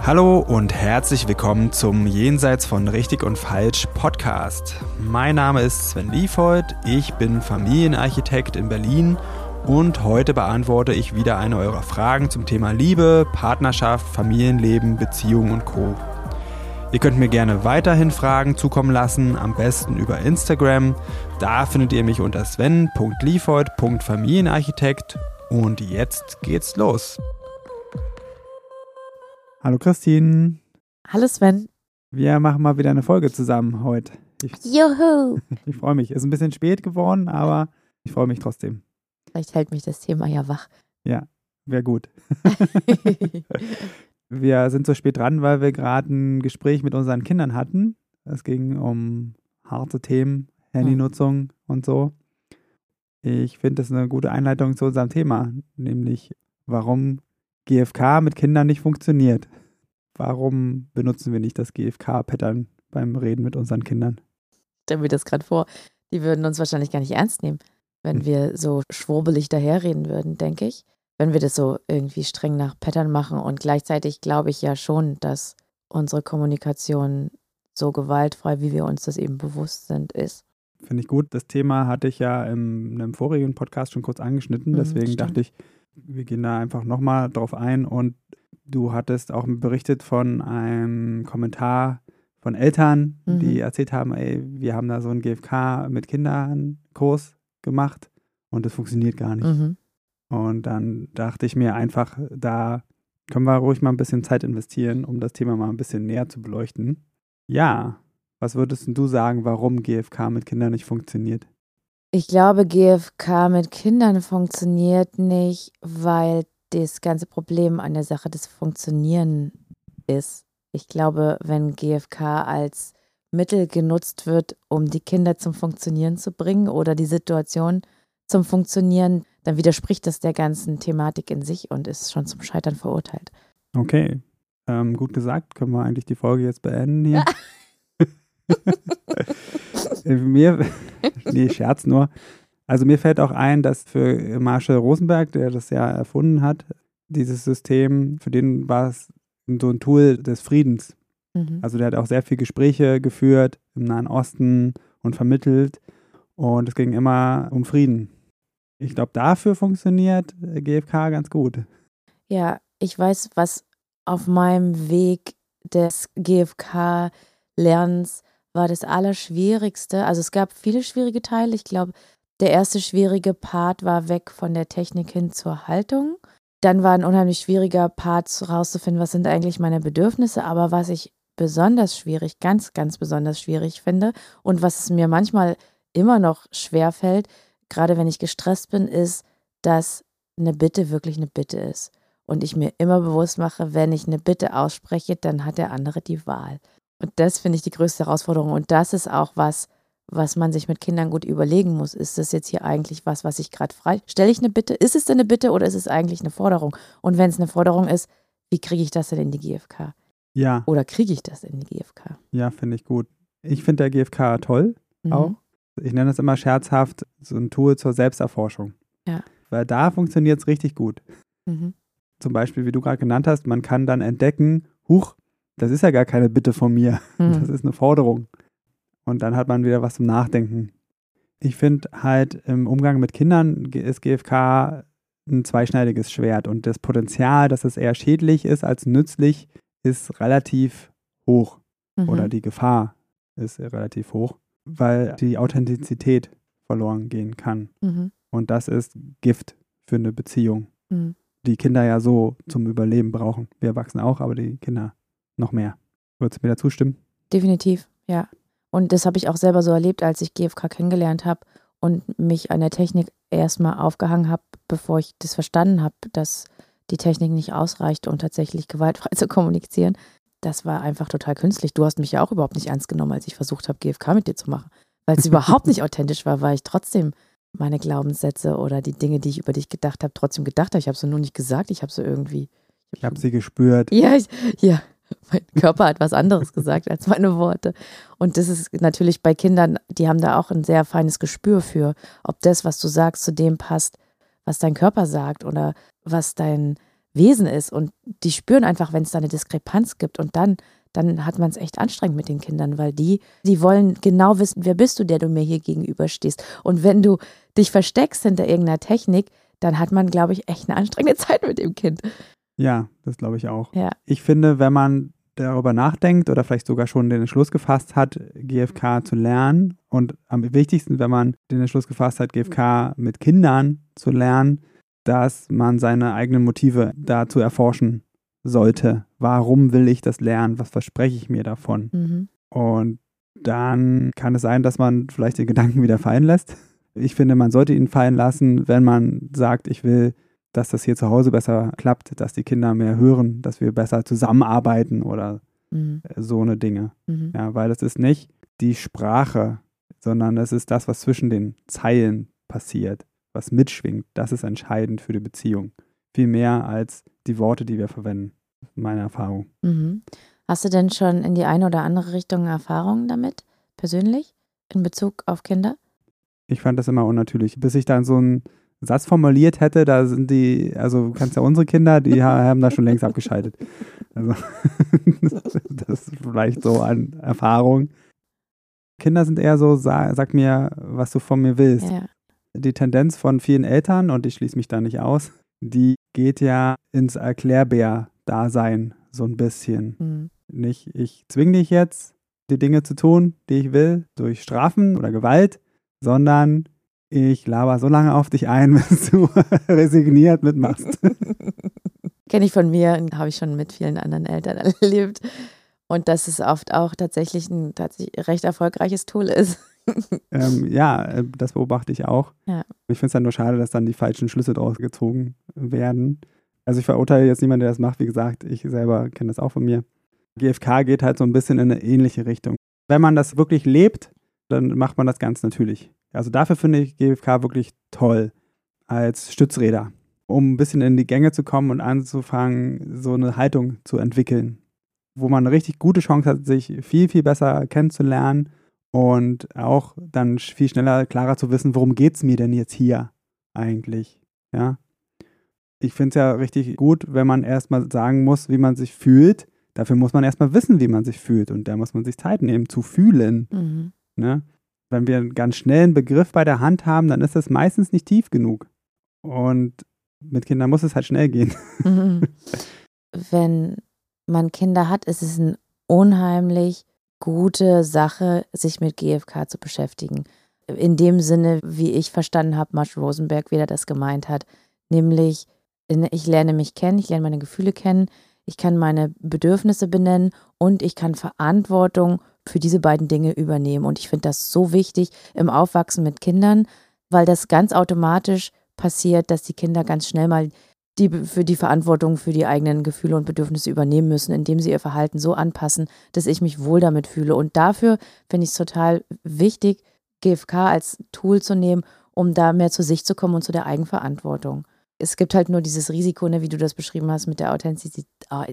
Hallo und herzlich willkommen zum Jenseits von Richtig und Falsch Podcast. Mein Name ist Sven Liefhold, ich bin Familienarchitekt in Berlin und heute beantworte ich wieder eine eurer Fragen zum Thema Liebe, Partnerschaft, Familienleben, Beziehungen und Co. Ihr könnt mir gerne weiterhin Fragen zukommen lassen, am besten über Instagram. Da findet ihr mich unter sven.liefhold.familienarchitekt und jetzt geht's los. Hallo Christine. Hallo Sven. Wir machen mal wieder eine Folge zusammen heute. Juhu! Ich freue mich. Ist ein bisschen spät geworden, aber ich freue mich trotzdem. Vielleicht hält mich das Thema ja wach. Ja, wäre gut. Wir sind so spät dran, weil wir gerade ein Gespräch mit unseren Kindern hatten. Es ging um harte Themen, Handynutzung und so. Ich finde das eine gute Einleitung zu unserem Thema, nämlich warum GFK mit Kindern nicht funktioniert. Warum benutzen wir nicht das GFK-Pattern beim Reden mit unseren Kindern? Ich stelle mir das gerade vor, die würden uns wahrscheinlich gar nicht ernst nehmen, wenn wir so schwurbelig daherreden würden, denke ich. Wenn wir das so irgendwie streng nach Pattern machen und gleichzeitig glaube ich ja schon, dass unsere Kommunikation so gewaltfrei, wie wir uns das eben bewusst sind, ist. Finde ich gut. Das Thema hatte ich ja in einem vorigen Podcast schon kurz angeschnitten, deswegen dachte ich, wir gehen da einfach nochmal drauf ein und du hattest auch berichtet von einem Kommentar von Eltern, die erzählt haben, ey, wir haben da so einen GFK mit Kindern Kurs gemacht und das funktioniert gar nicht. Und dann dachte ich mir einfach, da können wir ruhig mal ein bisschen Zeit investieren, um das Thema mal ein bisschen näher zu beleuchten. Ja, was würdest du sagen, warum GFK mit Kindern nicht funktioniert? Ich glaube, GFK mit Kindern funktioniert nicht, weil das ganze Problem an der Sache des Funktionieren ist. Ich glaube, wenn GFK als Mittel genutzt wird, um die Kinder zum Funktionieren zu bringen oder die Situation zum Funktionieren, dann widerspricht das der ganzen Thematik in sich und ist schon zum Scheitern verurteilt. Okay, gut gesagt. Können wir eigentlich die Folge jetzt beenden hier? Nee, Scherz nur. Also mir fällt auch ein, dass für Marshall Rosenberg, der das ja erfunden hat, dieses System, für den war es so ein Tool des Friedens. Also der hat auch sehr viele Gespräche geführt im Nahen Osten und vermittelt und es ging immer um Frieden. Ich glaube, dafür funktioniert GFK ganz gut. Ja, ich weiß, was auf meinem Weg des GFK-Lernens war das Allerschwierigste. Also es gab viele schwierige Teile. Ich glaube, der erste schwierige Part war weg von der Technik hin zur Haltung. Dann war ein unheimlich schwieriger Part herauszufinden, was sind eigentlich meine Bedürfnisse. Aber was ich besonders schwierig, ganz, ganz besonders schwierig finde und was es mir manchmal immer noch schwerfällt, gerade wenn ich gestresst bin, ist, dass eine Bitte wirklich eine Bitte ist. Und ich mir immer bewusst mache, wenn ich eine Bitte ausspreche, dann hat der andere die Wahl. Und das finde ich die größte Herausforderung. Und das ist auch was man sich mit Kindern gut überlegen muss. Ist das jetzt hier eigentlich was ich gerade frei... Stelle ich eine Bitte? Ist es denn eine Bitte oder ist es eigentlich eine Forderung? Und wenn es eine Forderung ist, wie kriege ich das denn in die GFK? Ja. Oder kriege ich das in die GFK? Ja, finde ich gut. Ich finde der GFK toll auch. Ich nenne das immer scherzhaft so ein Tool zur Selbsterforschung. Ja. Weil da funktioniert es richtig gut. Zum Beispiel, wie du gerade genannt hast, man kann dann entdecken, huch, das ist ja gar keine Bitte von mir. Das ist eine Forderung. Und dann hat man wieder was zum Nachdenken. Ich finde halt, im Umgang mit Kindern ist GFK ein zweischneidiges Schwert. Und das Potenzial, dass es eher schädlich ist als nützlich, ist relativ hoch. Oder die Gefahr ist relativ hoch, weil die Authentizität verloren gehen kann. Und das ist Gift für eine Beziehung, die Kinder ja so zum Überleben brauchen. Wir Erwachsene auch, aber die Kinder noch mehr. Würdest du mir da zustimmen? Definitiv, ja. Und das habe ich auch selber so erlebt, als ich GFK kennengelernt habe und mich an der Technik erstmal aufgehangen habe, bevor ich das verstanden habe, dass die Technik nicht ausreicht, um tatsächlich gewaltfrei zu kommunizieren. Das war einfach total künstlich. Du hast mich ja auch überhaupt nicht ernst genommen, als ich versucht habe, GFK mit dir zu machen. Weil es überhaupt nicht authentisch war, weil ich trotzdem meine Glaubenssätze oder die Dinge, die ich über dich gedacht habe, trotzdem gedacht habe. Ich habe sie nur nicht gesagt, ich habe sie irgendwie... Ich habe sie gespürt. Ja, mein Körper hat was anderes gesagt als meine Worte. Und das ist natürlich bei Kindern, die haben da auch ein sehr feines Gespür für, ob das, was du sagst, zu dem passt, was dein Körper sagt oder was dein Wesen ist und die spüren einfach, wenn es da eine Diskrepanz gibt und dann hat man es echt anstrengend mit den Kindern, weil die wollen genau wissen, wer bist du, der du mir hier gegenüberstehst. Und wenn du dich versteckst hinter irgendeiner Technik, dann hat man, glaube ich, echt eine anstrengende Zeit mit dem Kind. Ja, das glaube ich auch. Ja. Ich finde, wenn man darüber nachdenkt oder vielleicht sogar schon den Entschluss gefasst hat, GFK zu lernen und am wichtigsten, wenn man den Entschluss gefasst hat, GFK mit Kindern zu lernen, dass man seine eigenen Motive dazu erforschen sollte. Warum will ich das lernen? Was verspreche ich mir davon? Mhm. Und dann kann es sein, dass man vielleicht den Gedanken wieder fallen lässt. Ich finde, man sollte ihn fallen lassen, wenn man sagt, ich will, dass das hier zu Hause besser klappt, dass die Kinder mehr hören, dass wir besser zusammenarbeiten oder so eine Dinge. Mhm. Ja, weil das ist nicht die Sprache, sondern es ist das, was zwischen den Zeilen passiert, was mitschwingt. Das ist entscheidend für die Beziehung. Viel mehr als die Worte, die wir verwenden. Meine Erfahrung. Mhm. Hast du denn schon in die eine oder andere Richtung Erfahrungen damit, persönlich, in Bezug auf Kinder? Ich fand das immer unnatürlich. Bis ich dann so einen Satz formuliert hätte, da sind also du kannst ja unsere Kinder, die haben da schon längst abgeschaltet. Also das ist vielleicht so an Erfahrung. Kinder sind eher so, sag mir, was du von mir willst. Ja. Die Tendenz von vielen Eltern, und ich schließe mich da nicht aus, die geht ja ins Erklärbär-Dasein so ein bisschen. Mhm. Nicht, ich zwinge dich jetzt, die Dinge zu tun, die ich will, durch Strafen oder Gewalt, sondern ich laber so lange auf dich ein, bis du resigniert mitmachst. Kenne ich von mir, habe ich schon mit vielen anderen Eltern erlebt. Und dass es oft auch tatsächlich ein recht erfolgreiches Tool ist. Ja, das beobachte ich auch. Ja. Ich finde es dann nur schade, dass dann die falschen Schlüsse draus gezogen werden. Also ich verurteile jetzt niemanden, der das macht. Wie gesagt, ich selber kenne das auch von mir. GFK geht halt so ein bisschen in eine ähnliche Richtung. Wenn man das wirklich lebt, dann macht man das ganz natürlich. Also dafür finde ich GFK wirklich toll als Stützräder, um ein bisschen in die Gänge zu kommen und anzufangen, so eine Haltung zu entwickeln, wo man eine richtig gute Chance hat, sich viel, viel besser kennenzulernen und auch dann viel schneller, klarer zu wissen, worum geht es mir denn jetzt hier eigentlich, ja. Ich finde es ja richtig gut, wenn man erstmal sagen muss, wie man sich fühlt. Dafür muss man erstmal wissen, wie man sich fühlt und da muss man sich Zeit nehmen, zu fühlen, ne? Wenn wir einen ganz schnellen Begriff bei der Hand haben, dann ist das meistens nicht tief genug. Und mit Kindern muss es halt schnell gehen. Wenn man Kinder hat, ist es eine unheimlich gute Sache, sich mit GFK zu beschäftigen. In dem Sinne, wie ich verstanden habe, Marsh Rosenberg, wie er das gemeint hat. Nämlich, ich lerne mich kennen, ich lerne meine Gefühle kennen, ich kann meine Bedürfnisse benennen und ich kann Verantwortung für diese beiden Dinge übernehmen. Und ich finde das so wichtig im Aufwachsen mit Kindern, weil das ganz automatisch passiert, dass die Kinder ganz schnell mal für die Verantwortung für die eigenen Gefühle und Bedürfnisse übernehmen müssen, indem sie ihr Verhalten so anpassen, dass ich mich wohl damit fühle. Und dafür finde ich es total wichtig, GFK als Tool zu nehmen, um da mehr zu sich zu kommen und zu der Eigenverantwortung. Es gibt halt nur dieses Risiko, ne, wie du das beschrieben hast mit der Authentizität.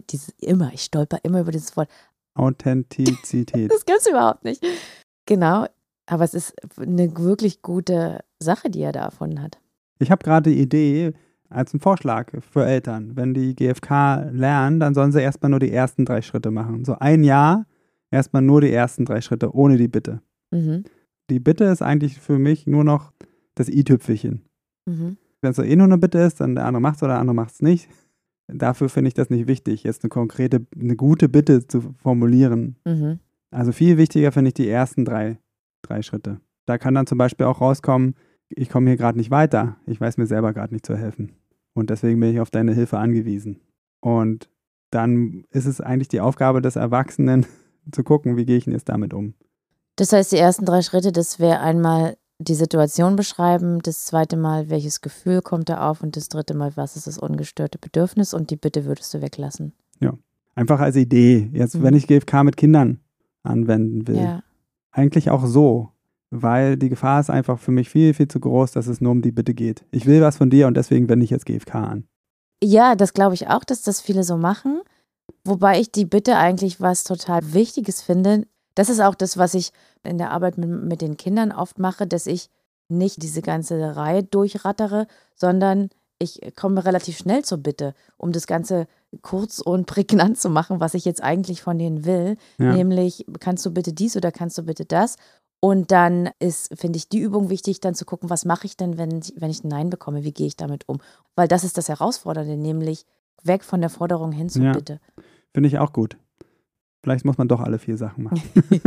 Ich stolper immer über dieses Wort. Authentizität. Das gibt es überhaupt nicht. Genau, aber es ist eine wirklich gute Sache, die er da erfunden hat. Ich habe gerade die Idee als einen Vorschlag für Eltern. Wenn die GFK lernen, dann sollen sie erstmal nur die ersten 3 Schritte machen. So ein Jahr erstmal nur die ersten 3 Schritte, ohne die Bitte. Mhm. Die Bitte ist eigentlich für mich nur noch das i-Tüpfelchen. Mhm. Wenn es so nur eine Bitte ist, dann der andere macht es oder der andere macht es nicht. Dafür finde ich das nicht wichtig, jetzt eine gute Bitte zu formulieren. Mhm. Also viel wichtiger finde ich die ersten 3 Schritte. Da kann dann zum Beispiel auch rauskommen, ich komme hier gerade nicht weiter, ich weiß mir selber gerade nicht zu helfen. Und deswegen bin ich auf deine Hilfe angewiesen. Und dann ist es eigentlich die Aufgabe des Erwachsenen, zu gucken, wie gehe ich denn jetzt damit um. Das heißt, die ersten 3 Schritte, das wäre einmal die Situation beschreiben, das zweite Mal, welches Gefühl kommt da auf und das dritte Mal, was ist das ungestörte Bedürfnis und die Bitte würdest du weglassen. Ja, einfach als Idee. Jetzt, wenn ich GFK mit Kindern anwenden will. Ja. Eigentlich auch so, weil die Gefahr ist einfach für mich viel, viel zu groß, dass es nur um die Bitte geht. Ich will was von dir und deswegen wende ich jetzt GFK an. Ja, das glaube ich auch, dass das viele so machen, wobei ich die Bitte eigentlich was total Wichtiges finde. Das ist auch das, was ich in der Arbeit mit den Kindern oft mache, dass ich nicht diese ganze Reihe durchrattere, sondern ich komme relativ schnell zur Bitte, um das Ganze kurz und prägnant zu machen, was ich jetzt eigentlich von denen will. Ja. Nämlich, kannst du bitte dies oder kannst du bitte das? Und dann ist, finde ich, die Übung wichtig, dann zu gucken, was mache ich denn, wenn ich ein Nein bekomme, wie gehe ich damit um? Weil das ist das Herausfordernde, nämlich weg von der Forderung hin zur Bitte. Finde ich auch gut. Vielleicht muss man doch alle 4 Sachen machen.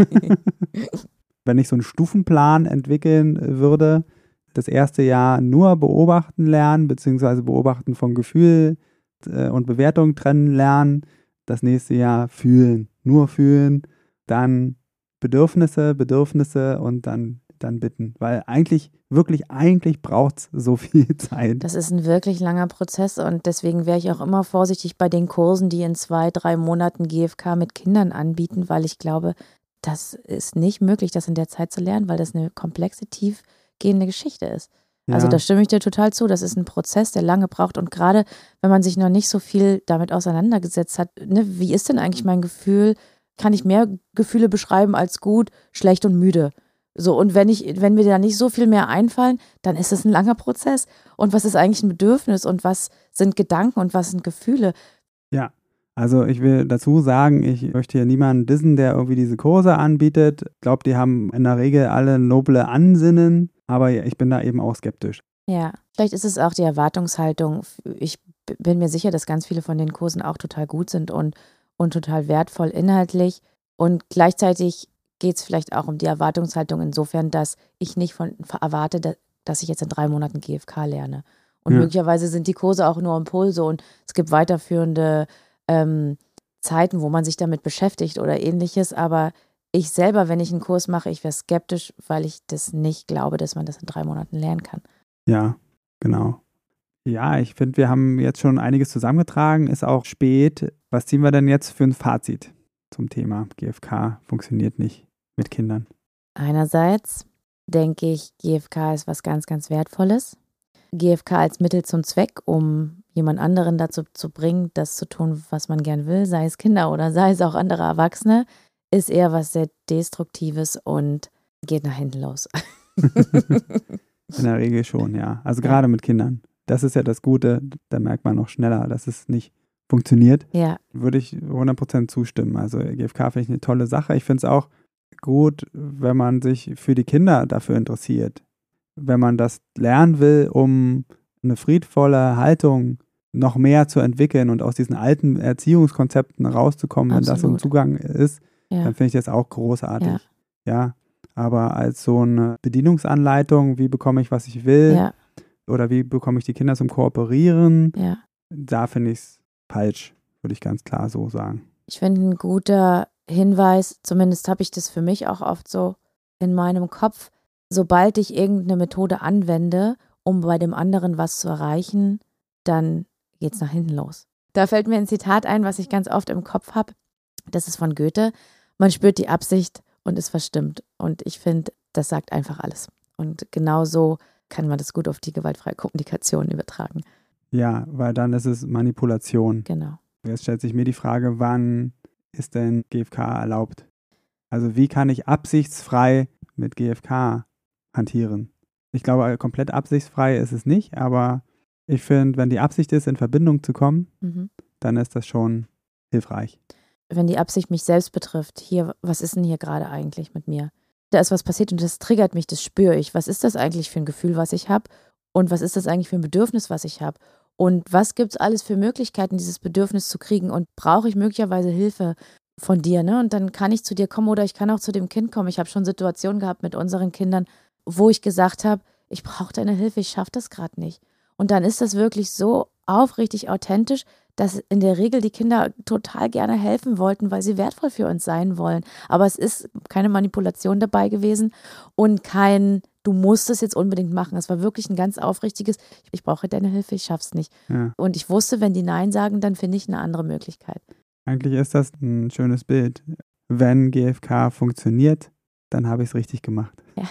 Wenn ich so einen Stufenplan entwickeln würde, das erste Jahr nur beobachten lernen, beziehungsweise beobachten von Gefühl und Bewertung trennen lernen, das nächste Jahr fühlen, nur fühlen, dann Bedürfnisse und dann bitten. Weil eigentlich braucht es so viel Zeit. Das ist ein wirklich langer Prozess und deswegen wäre ich auch immer vorsichtig bei den Kursen, die in 2-3 Monaten GFK mit Kindern anbieten, weil ich glaube, das ist nicht möglich, das in der Zeit zu lernen, weil das eine komplexe, tiefgehende Geschichte ist. Ja. Also da stimme ich dir total zu. Das ist ein Prozess, der lange braucht und gerade, wenn man sich noch nicht so viel damit auseinandergesetzt hat, ne, wie ist denn eigentlich mein Gefühl? Kann ich mehr Gefühle beschreiben als gut, schlecht und müde? So, und wenn mir da nicht so viel mehr einfallen, dann ist es ein langer Prozess. Und was ist eigentlich ein Bedürfnis und was sind Gedanken und was sind Gefühle? Ja, also ich will dazu sagen, ich möchte hier niemanden dissen, der irgendwie diese Kurse anbietet. Ich glaube, die haben in der Regel alle noble Ansinnen, aber ich bin da eben auch skeptisch. Ja, vielleicht ist es auch die Erwartungshaltung. Ich bin mir sicher, dass ganz viele von den Kursen auch total gut sind und total wertvoll inhaltlich. Und gleichzeitig geht es vielleicht auch um die Erwartungshaltung insofern, dass ich nicht erwarte, dass ich jetzt in 3 Monaten GFK lerne. Und möglicherweise sind die Kurse auch nur Impulse und es gibt weiterführende Zeiten, wo man sich damit beschäftigt oder ähnliches. Aber ich selber, wenn ich einen Kurs mache, ich wäre skeptisch, weil ich das nicht glaube, dass man das in 3 Monaten lernen kann. Ja, genau. Ja, ich finde, wir haben jetzt schon einiges zusammengetragen, ist auch spät. Was ziehen wir denn jetzt für ein Fazit zum Thema GFK funktioniert nicht mit Kindern? Einerseits denke ich, GFK ist was ganz, ganz Wertvolles. GFK als Mittel zum Zweck, um jemand anderen dazu zu bringen, das zu tun, was man gern will, sei es Kinder oder sei es auch andere Erwachsene, ist eher was sehr Destruktives und geht nach hinten los. In der Regel schon, ja. Also gerade mit Kindern. Das ist ja das Gute, da merkt man noch schneller, dass es nicht funktioniert. Ja. Würde ich 100% zustimmen. Also GFK finde ich eine tolle Sache. Ich finde es auch gut, wenn man sich für die Kinder dafür interessiert. Wenn man das lernen will, um eine friedvolle Haltung noch mehr zu entwickeln und aus diesen alten Erziehungskonzepten rauszukommen, wenn das so ein Zugang ist, dann finde ich das auch großartig. Ja, aber als so eine Bedienungsanleitung, wie bekomme ich, was ich will, oder wie bekomme ich die Kinder zum Kooperieren, da finde ich es falsch, würde ich ganz klar so sagen. Ich finde ein guter Hinweis, zumindest habe ich das für mich auch oft so in meinem Kopf, sobald ich irgendeine Methode anwende, um bei dem anderen was zu erreichen, dann geht's nach hinten los. Da fällt mir ein Zitat ein, was ich ganz oft im Kopf habe. Das ist von Goethe. Man spürt die Absicht und ist verstimmt. Und ich finde, das sagt einfach alles. Und genau so kann man das gut auf die gewaltfreie Kommunikation übertragen. Ja, weil dann ist es Manipulation. Genau. Jetzt stellt sich mir die Frage, wann ist denn GFK erlaubt? Also wie kann ich absichtsfrei mit GFK hantieren? Ich glaube, komplett absichtsfrei ist es nicht, aber ich finde, wenn die Absicht ist, in Verbindung zu kommen, dann ist das schon hilfreich. Wenn die Absicht mich selbst betrifft, hier, was ist denn hier gerade eigentlich mit mir? Da ist was passiert und das triggert mich, das spüre ich. Was ist das eigentlich für ein Gefühl, was ich habe? Und was ist das eigentlich für ein Bedürfnis, was ich habe? Und was gibt es alles für Möglichkeiten, dieses Bedürfnis zu kriegen? Und brauche ich möglicherweise Hilfe von dir? Ne? Und dann kann ich zu dir kommen oder ich kann auch zu dem Kind kommen. Ich habe schon Situationen gehabt mit unseren Kindern, wo ich gesagt habe, ich brauche deine Hilfe, ich schaffe das gerade nicht. Und dann ist das wirklich so aufrichtig authentisch, dass in der Regel die Kinder total gerne helfen wollten, weil sie wertvoll für uns sein wollen. Aber es ist keine Manipulation dabei gewesen und kein, du musst es jetzt unbedingt machen. Es war wirklich ein ganz aufrichtiges, ich brauche deine Hilfe, ich schaff's nicht. Ja. Und ich wusste, wenn die Nein sagen, dann finde ich eine andere Möglichkeit. Eigentlich ist das ein schönes Bild. Wenn GFK funktioniert, dann habe ich es richtig gemacht. Ja.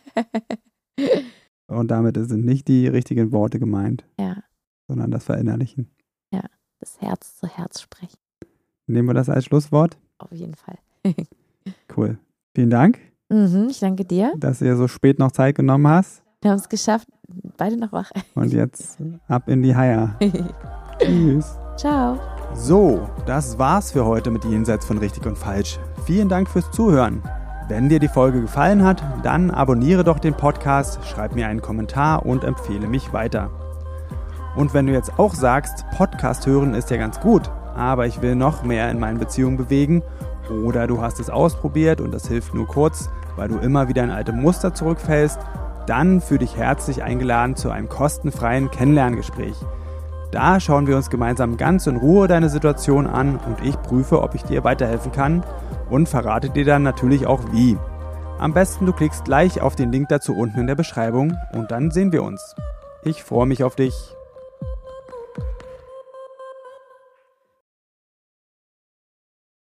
Und damit sind nicht die richtigen Worte gemeint, sondern das Verinnerlichen. Ja, das Herz zu Herz sprechen. Nehmen wir das als Schlusswort? Auf jeden Fall. Cool. Vielen Dank. Ich danke dir. Dass du dir so spät noch Zeit genommen hast. Wir haben es geschafft. Beide noch wach. Und jetzt ab in die Haia. Tschüss. Ciao. So, das war's für heute mit Jenseits von Richtig und Falsch. Vielen Dank fürs Zuhören. Wenn dir die Folge gefallen hat, dann abonniere doch den Podcast, schreib mir einen Kommentar und empfehle mich weiter. Und wenn du jetzt auch sagst, Podcast hören ist ja ganz gut, aber ich will noch mehr in meinen Beziehungen bewegen, oder du hast es ausprobiert und das hilft nur kurz, weil du immer wieder in alte Muster zurückfällst, dann fühl dich herzlich eingeladen zu einem kostenfreien Kennenlerngespräch. Da schauen wir uns gemeinsam ganz in Ruhe deine Situation an und ich prüfe, ob ich dir weiterhelfen kann und verrate dir dann natürlich auch wie. Am besten du klickst gleich auf den Link dazu unten in der Beschreibung und dann sehen wir uns. Ich freue mich auf dich.